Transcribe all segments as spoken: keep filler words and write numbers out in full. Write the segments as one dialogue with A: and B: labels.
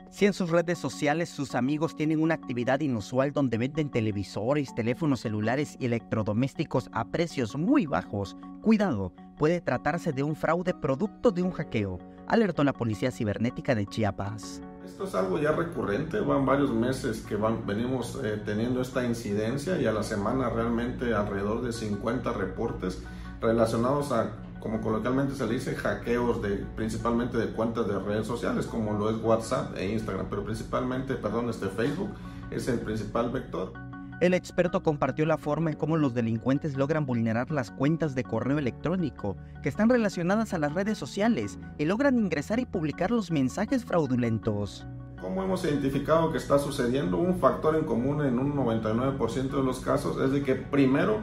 A: Si en sus redes sociales sus amigos tienen una actividad inusual donde venden televisores, teléfonos celulares y electrodomésticos a precios muy bajos, cuidado, puede tratarse de un fraude producto de un hackeo, alertó la Policía Cibernética de Chiapas.
B: Esto es algo ya recurrente, van varios meses que van, venimos eh, teniendo esta incidencia y a la semana realmente alrededor de cincuenta reportes relacionados a, como coloquialmente se le dice, hackeos de, principalmente de cuentas de redes sociales como lo es WhatsApp e Instagram, pero principalmente, perdón, este Facebook es el principal vector.
A: El experto compartió la forma en cómo los delincuentes logran vulnerar las cuentas de correo electrónico que están relacionadas a las redes sociales y logran ingresar y publicar los mensajes fraudulentos.
B: ¿Cómo hemos identificado que está sucediendo? Un factor en común en un noventa y nueve por ciento de los casos es de que primero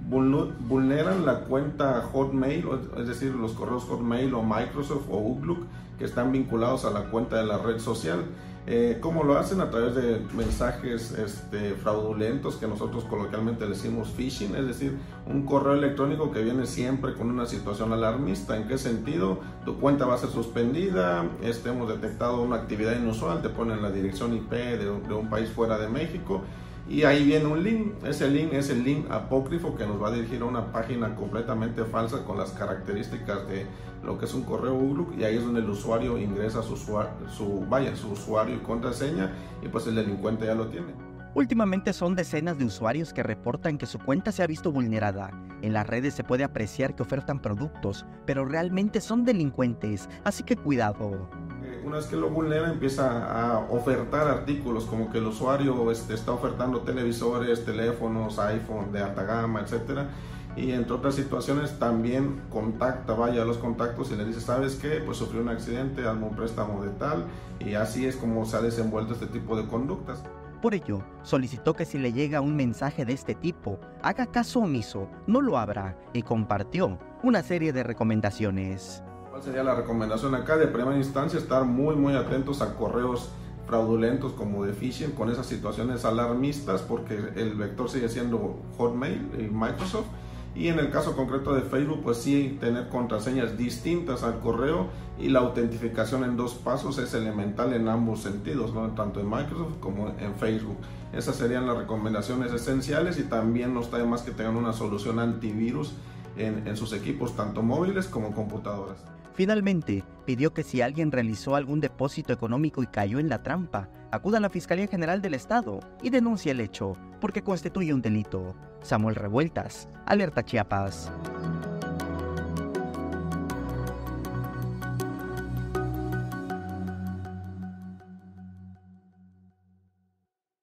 B: vulneran la cuenta Hotmail, es decir, los correos Hotmail o Microsoft o Outlook que están vinculados a la cuenta de la red social. Eh, ¿Cómo lo hacen? A través de mensajes este, fraudulentos que nosotros coloquialmente le decimos phishing, es decir, un correo electrónico que viene siempre con una situación alarmista. ¿En qué sentido? Tu cuenta va a ser suspendida, este, hemos detectado una actividad inusual, te ponen la dirección I P de, de un país fuera de México. Y ahí viene un link, ese link es el link apócrifo que nos va a dirigir a una página completamente falsa con las características de lo que es un correo Outlook, y ahí es donde el usuario ingresa su, su, vaya, su usuario y contraseña y pues el delincuente ya lo tiene.
A: Últimamente son decenas de usuarios que reportan que su cuenta se ha visto vulnerada. En las redes se puede apreciar que ofertan productos, pero realmente son delincuentes, así que cuidado.
B: Una vez que lo vulnera empieza a ofertar artículos como que el usuario este, está ofertando televisores, teléfonos, iPhone de alta gama, etcétera, y entre otras situaciones también contacta, vaya a los contactos y le dice, ¿sabes qué? Pues sufrió un accidente, hazme un préstamo de tal, y así es como se ha desenvuelto este tipo de conductas.
A: Por ello, solicitó que si le llega un mensaje de este tipo, haga caso omiso, no lo abra, y compartió una serie de recomendaciones.
B: ¿Cuál sería la recomendación acá? De primera instancia, estar muy muy atentos a correos fraudulentos como de phishing con esas situaciones alarmistas, porque el vector sigue siendo Hotmail y Microsoft. Y en el caso concreto de Facebook, pues sí, tener contraseñas distintas al correo, y la autentificación en dos pasos es elemental en ambos sentidos, ¿no? Tanto en Microsoft como en Facebook. Esas serían las recomendaciones esenciales, y también no está de más que tengan una solución antivirus en, en sus equipos, tanto móviles como computadoras.
A: Finalmente, pidió que si alguien realizó algún depósito económico y cayó en la trampa, acuda a la Fiscalía General del Estado y denuncie el hecho, porque constituye un delito. Samuel Revueltas, Alerta Chiapas.